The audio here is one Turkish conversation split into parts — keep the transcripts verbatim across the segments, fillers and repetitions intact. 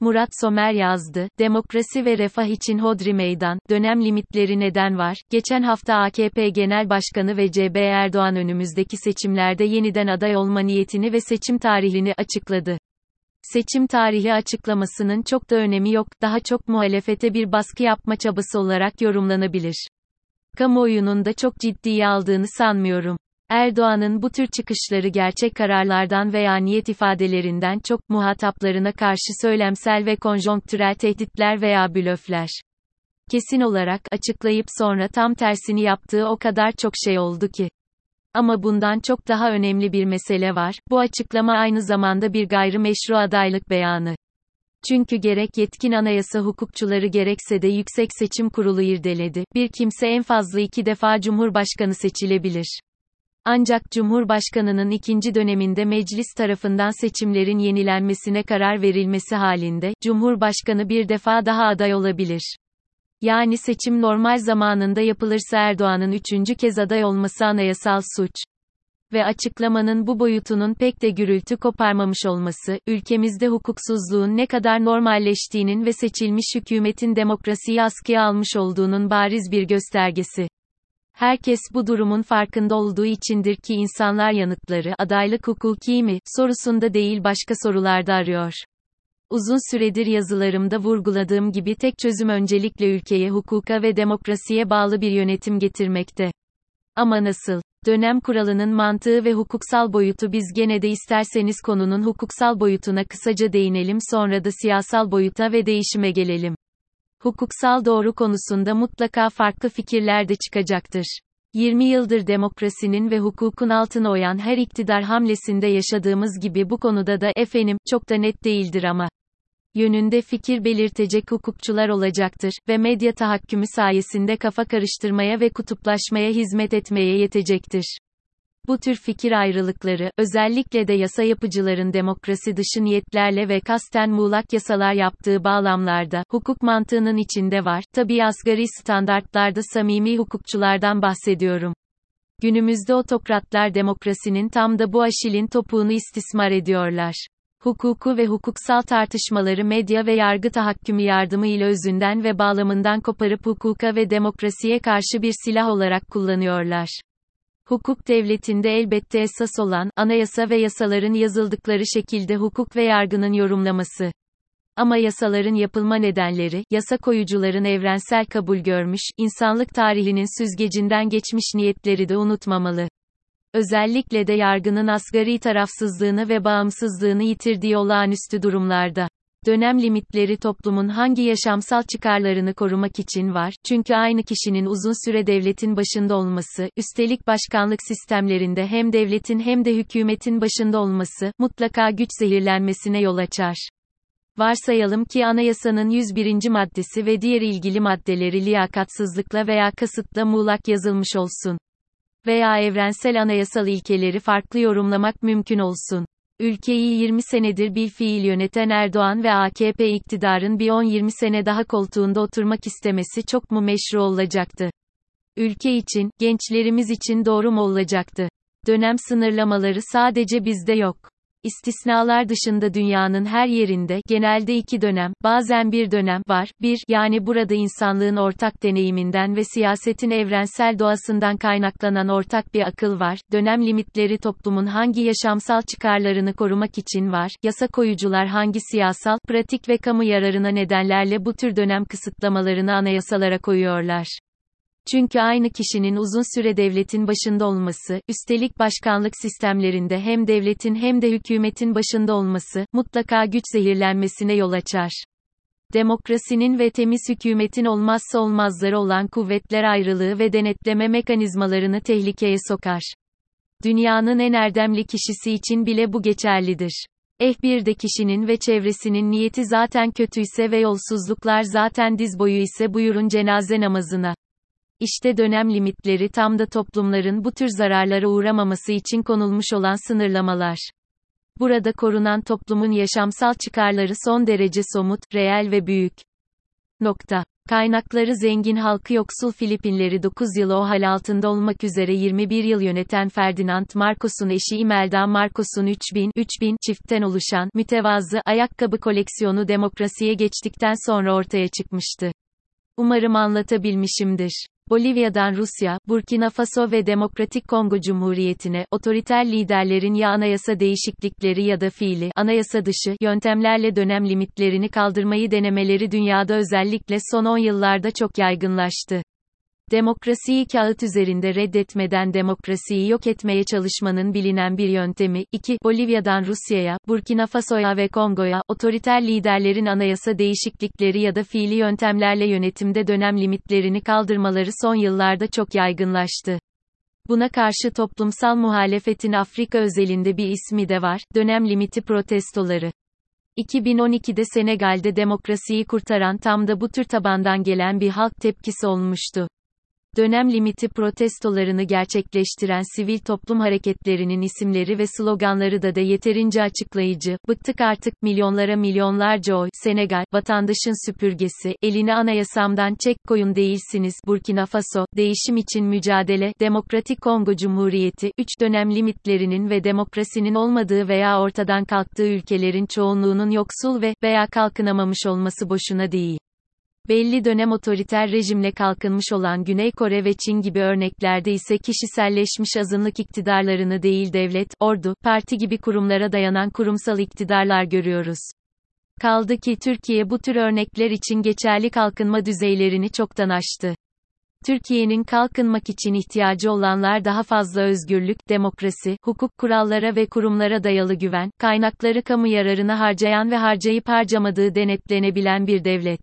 Murat Somer yazdı. Demokrasi ve refah için hodri meydan. Dönem limitleri neden var? Geçen hafta A K P Genel Başkanı Recep Erdoğan önümüzdeki seçimlerde yeniden aday olma niyetini ve seçim tarihini açıkladı. Seçim tarihi açıklamasının çok da önemi yok, daha çok muhalefete bir baskı yapma çabası olarak yorumlanabilir. Kamuoyunun da çok ciddiye aldığını sanmıyorum. Erdoğan'ın bu tür çıkışları gerçek kararlardan veya niyet ifadelerinden çok, muhataplarına karşı söylemsel ve konjonktürel tehditler veya blöfler. Kesin olarak açıklayıp sonra tam tersini yaptığı o kadar çok şey oldu ki. Ama bundan çok daha önemli bir mesele var, bu açıklama aynı zamanda bir gayrimeşru adaylık beyanı. Çünkü gerek yetkin anayasa hukukçuları gerekse de Yüksek Seçim Kurulu irdeledi, bir kimse en fazla iki defa Cumhurbaşkanı seçilebilir. Ancak Cumhurbaşkanının ikinci döneminde meclis tarafından seçimlerin yenilenmesine karar verilmesi halinde, Cumhurbaşkanı bir defa daha aday olabilir. Yani seçim normal zamanında yapılırsa Erdoğan'ın üçüncü kez aday olması anayasal suç. Ve açıklamanın bu boyutunun pek de gürültü koparmamış olması, ülkemizde hukuksuzluğun ne kadar normalleştiğinin ve seçilmiş hükümetin demokrasiyi askıya almış olduğunun bariz bir göstergesi. Herkes bu durumun farkında olduğu içindir ki insanlar yanıtları, adaylık hukuki mi, sorusunda değil başka sorularda arıyor. Uzun süredir yazılarımda vurguladığım gibi tek çözüm öncelikle ülkeye hukuka ve demokrasiye bağlı bir yönetim getirmekte. Ama nasıl? Dönem kuralının mantığı ve hukuksal boyutu biz gene de isterseniz konunun hukuksal boyutuna kısaca değinelim sonra da siyasal boyuta ve değişime gelelim. Hukuksal doğru konusunda mutlaka farklı fikirler de çıkacaktır. yirmi yıldır demokrasinin ve hukukun altına oyan her iktidar hamlesinde yaşadığımız gibi bu konuda da efendim çok da net değildir ama yönünde fikir belirtecek hukukçular olacaktır ve medya tahakkümü sayesinde kafa karıştırmaya ve kutuplaşmaya hizmet etmeye yetecektir. Bu tür fikir ayrılıkları, özellikle de yasa yapıcıların demokrasi dışı niyetlerle ve kasten muğlak yasalar yaptığı bağlamlarda, hukuk mantığının içinde var, tabii asgari standartlarda samimi hukukçulardan bahsediyorum. Günümüzde otokratlar demokrasinin tam da bu Aşil'in topuğunu istismar ediyorlar. Hukuku ve hukuksal tartışmaları medya ve yargı tahakkümü yardımıyla özünden ve bağlamından koparıp hukuka ve demokrasiye karşı bir silah olarak kullanıyorlar. Hukuk devletinde elbette esas olan, anayasa ve yasaların yazıldıkları şekilde hukuk ve yargının yorumlaması. Ama yasaların yapılma nedenleri, yasa koyucuların evrensel kabul görmüş, insanlık tarihinin süzgecinden geçmiş niyetleri de unutmamalı. Özellikle de yargının asgari tarafsızlığını ve bağımsızlığını yitirdiği olağanüstü durumlarda. Dönem limitleri toplumun hangi yaşamsal çıkarlarını korumak için var, çünkü aynı kişinin uzun süre devletin başında olması, üstelik başkanlık sistemlerinde hem devletin hem de hükümetin başında olması, mutlaka güç zehirlenmesine yol açar. Varsayalım ki anayasanın yüz birinci maddesi ve diğer ilgili maddeleri liyakatsızlıkla veya kasıtla muğlak yazılmış olsun. Veya evrensel anayasal ilkeleri farklı yorumlamak mümkün olsun. Ülkeyi yirmi senedir bilfiil yöneten Erdoğan ve A K P iktidarın bir on yirmi sene daha koltuğunda oturmak istemesi çok mu meşru olacaktı? Ülke için, gençlerimiz için doğru mu olacaktı? Dönem sınırlamaları sadece bizde yok. İstisnalar dışında dünyanın her yerinde, genelde iki dönem, bazen bir dönem var. Bir, yani burada insanlığın ortak deneyiminden ve siyasetin evrensel doğasından kaynaklanan ortak bir akıl var. Dönem limitleri toplumun hangi yaşamsal çıkarlarını korumak için var. Yasa koyucular hangi siyasal, pratik ve kamu yararına nedenlerle bu tür dönem kısıtlamalarını anayasalara koyuyorlar. Çünkü aynı kişinin uzun süre devletin başında olması, üstelik başkanlık sistemlerinde hem devletin hem de hükümetin başında olması, mutlaka güç zehirlenmesine yol açar. Demokrasinin ve temiz hükümetin olmazsa olmazları olan kuvvetler ayrılığı ve denetleme mekanizmalarını tehlikeye sokar. Dünyanın en erdemli kişisi için bile bu geçerlidir. Eh bir de kişinin ve çevresinin niyeti zaten kötüyse ve yolsuzluklar zaten diz boyu ise buyurun cenaze namazına. İşte dönem limitleri tam da toplumların bu tür zararlara uğramaması için konulmuş olan sınırlamalar. Burada korunan toplumun yaşamsal çıkarları son derece somut, reel ve büyük. Nokta. Kaynakları zengin halkı yoksul Filipinleri dokuz yıl o hal altında olmak üzere yirmi bir yıl yöneten Ferdinand Marcos'un eşi Imelda Marcos'un üç bin, üç bin çiftten oluşan mütevazı ayakkabı koleksiyonu demokrasiye geçtikten sonra ortaya çıkmıştı. Umarım anlatabilmişimdir. Bolivya'dan Rusya, Burkina Faso ve Demokratik Kongo Cumhuriyeti'ne, otoriter liderlerin ya anayasa değişiklikleri ya da fiili, anayasa dışı, yöntemlerle dönem limitlerini kaldırmayı denemeleri dünyada özellikle son on yıllarda çok yaygınlaştı. Demokrasiyi kağıt üzerinde reddetmeden demokrasiyi yok etmeye çalışmanın bilinen bir yöntemi. iki Bolivya'dan Rusya'ya, Burkina Faso'ya ve Kongo'ya, otoriter liderlerin anayasa değişiklikleri ya da fiili yöntemlerle yönetimde dönem limitlerini kaldırmaları son yıllarda çok yaygınlaştı. Buna karşı toplumsal muhalefetin Afrika özelinde bir ismi de var, dönem limiti protestoları. iki bin on ikide Senegal'de demokrasiyi kurtaran tam da bu tür tabandan gelen bir halk tepkisi olmuştu. Dönem limiti protestolarını gerçekleştiren sivil toplum hareketlerinin isimleri ve sloganları da da yeterince açıklayıcı. Bıktık artık, milyonlara milyonlarca oy, Senegal, vatandaşın süpürgesi, elini anayasamdan çek koyun değilsiniz, Burkina Faso, değişim için mücadele, Demokratik Kongo Cumhuriyeti, üç dönem limitlerinin ve demokrasinin olmadığı veya ortadan kalktığı ülkelerin çoğunluğunun yoksul ve veya kalkınamamış olması boşuna değil. Belli dönem otoriter rejimle kalkınmış olan Güney Kore ve Çin gibi örneklerde ise kişiselleşmiş azınlık iktidarlarını değil devlet, ordu, parti gibi kurumlara dayanan kurumsal iktidarlar görüyoruz. Kaldı ki Türkiye bu tür örnekler için geçerli kalkınma düzeylerini çoktan aştı. Türkiye'nin kalkınmak için ihtiyacı olanlar daha fazla özgürlük, demokrasi, hukuk kurallara ve kurumlara dayalı güven, kaynakları kamu yararına harcayan ve harcayıp harcamadığı denetlenebilen bir devlet.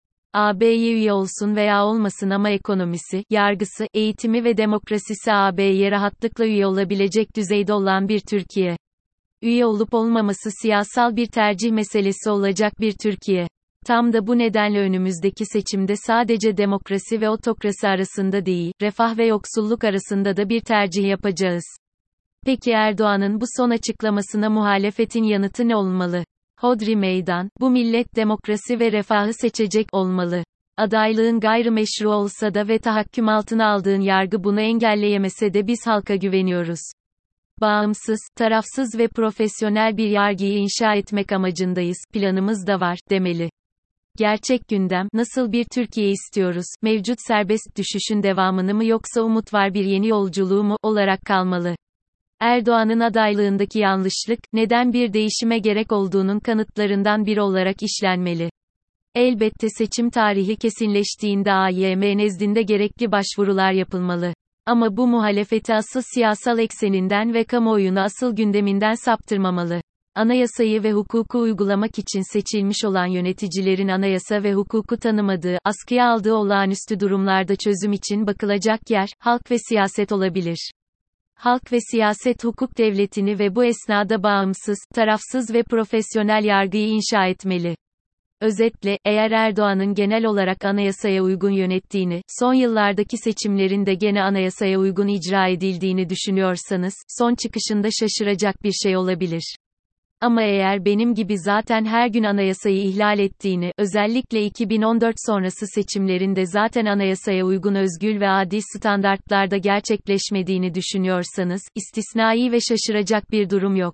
A B'ye üye olsun veya olmasın ama ekonomisi, yargısı, eğitimi ve demokrasisi A B'ye rahatlıkla üye olabilecek düzeyde olan bir Türkiye. Üye olup olmaması siyasal bir tercih meselesi olacak bir Türkiye. Tam da bu nedenle önümüzdeki seçimde sadece demokrasi ve otokrasi arasında değil, refah ve yoksulluk arasında da bir tercih yapacağız. Peki Erdoğan'ın bu son açıklamasına muhalefetin yanıtı ne olmalı? Hodri meydan, bu millet demokrasi ve refahı seçecek olmalı. Adaylığın gayrimeşru olsa da ve tahakküm altına aldığın yargı bunu engelleyemese de biz halka güveniyoruz. Bağımsız, tarafsız ve profesyonel bir yargıyı inşa etmek amacındayız, planımız da var, demeli. Gerçek gündem, nasıl bir Türkiye istiyoruz, mevcut serbest düşüşün devamını mı yoksa umut var bir yeni yolculuğu mu, olarak kalmalı. Erdoğan'ın adaylığındaki yanlışlık, neden bir değişime gerek olduğunun kanıtlarından biri olarak işlenmeli. Elbette seçim tarihi kesinleştiğinde A Y M nezdinde gerekli başvurular yapılmalı. Ama bu muhalefeti asıl siyasal ekseninden ve kamuoyunu asıl gündeminden saptırmamalı. Anayasayı ve hukuku uygulamak için seçilmiş olan yöneticilerin anayasa ve hukuku tanımadığı, askıya aldığı olağanüstü durumlarda çözüm için bakılacak yer, halk ve siyaset olabilir. Halk ve siyaset hukuk devletini ve bu esnada bağımsız, tarafsız ve profesyonel yargıyı inşa etmeli. Özetle, eğer Erdoğan'ın genel olarak anayasaya uygun yönettiğini, son yıllardaki seçimlerin de gene anayasaya uygun icra edildiğini düşünüyorsanız, son çıkışında şaşıracak bir şey olabilir. Ama eğer benim gibi zaten her gün anayasayı ihlal ettiğini, özellikle iki bin on dört sonrası seçimlerinde zaten anayasaya uygun özgür ve adil standartlarda gerçekleşmediğini düşünüyorsanız, istisnai ve şaşıracak bir durum yok.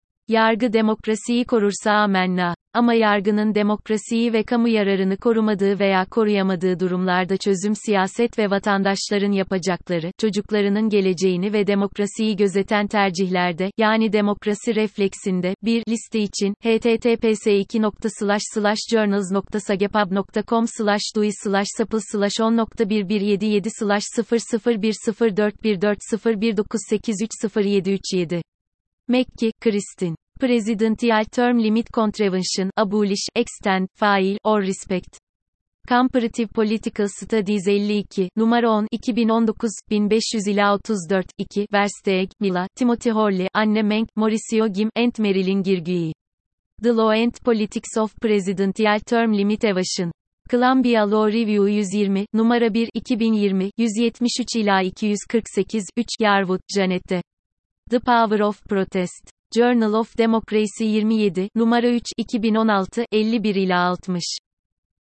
Yargı demokrasiyi korursa amenna. Ama yargının demokrasiyi ve kamu yararını korumadığı veya koruyamadığı durumlarda çözüm siyaset ve vatandaşların yapacakları, çocuklarının geleceğini ve demokrasiyi gözeten tercihlerde, yani demokrasi refleksinde, bir liste için, h t t p s iki nokta slash slash journals nokta sagepub nokta com slash dui slash sapıl slash on nokta bir bir yedi yedi slash sıfır sıfır bir sıfır dört bir dört sıfır bir dokuz sekiz üç sıfır yedi üç yedi. Mekki, Kristin. Presidential Term Limit Contravention, Abolish, Extend, File, or Respect. Comparative Political Studies elli iki, numara on, iki bin on dokuz, bin beş yüz ila otuz dört, iki, Versteeg, Mila, Timothy Hawley, Anne Menk, Mauricio Gim, and Marilyn Girgui. The Law and Politics of Presidential Term Limit Evasion. Columbia Law Review yüz yirmi, numara bir, iki bin yirmi, yüz yetmiş üç ila iki yüz kırk sekiz, üç, Yarwood, Janette. The Power of Protest. Journal of Democracy yirmi yedi, numara üç, iki bin on altı, elli bir ila altmış.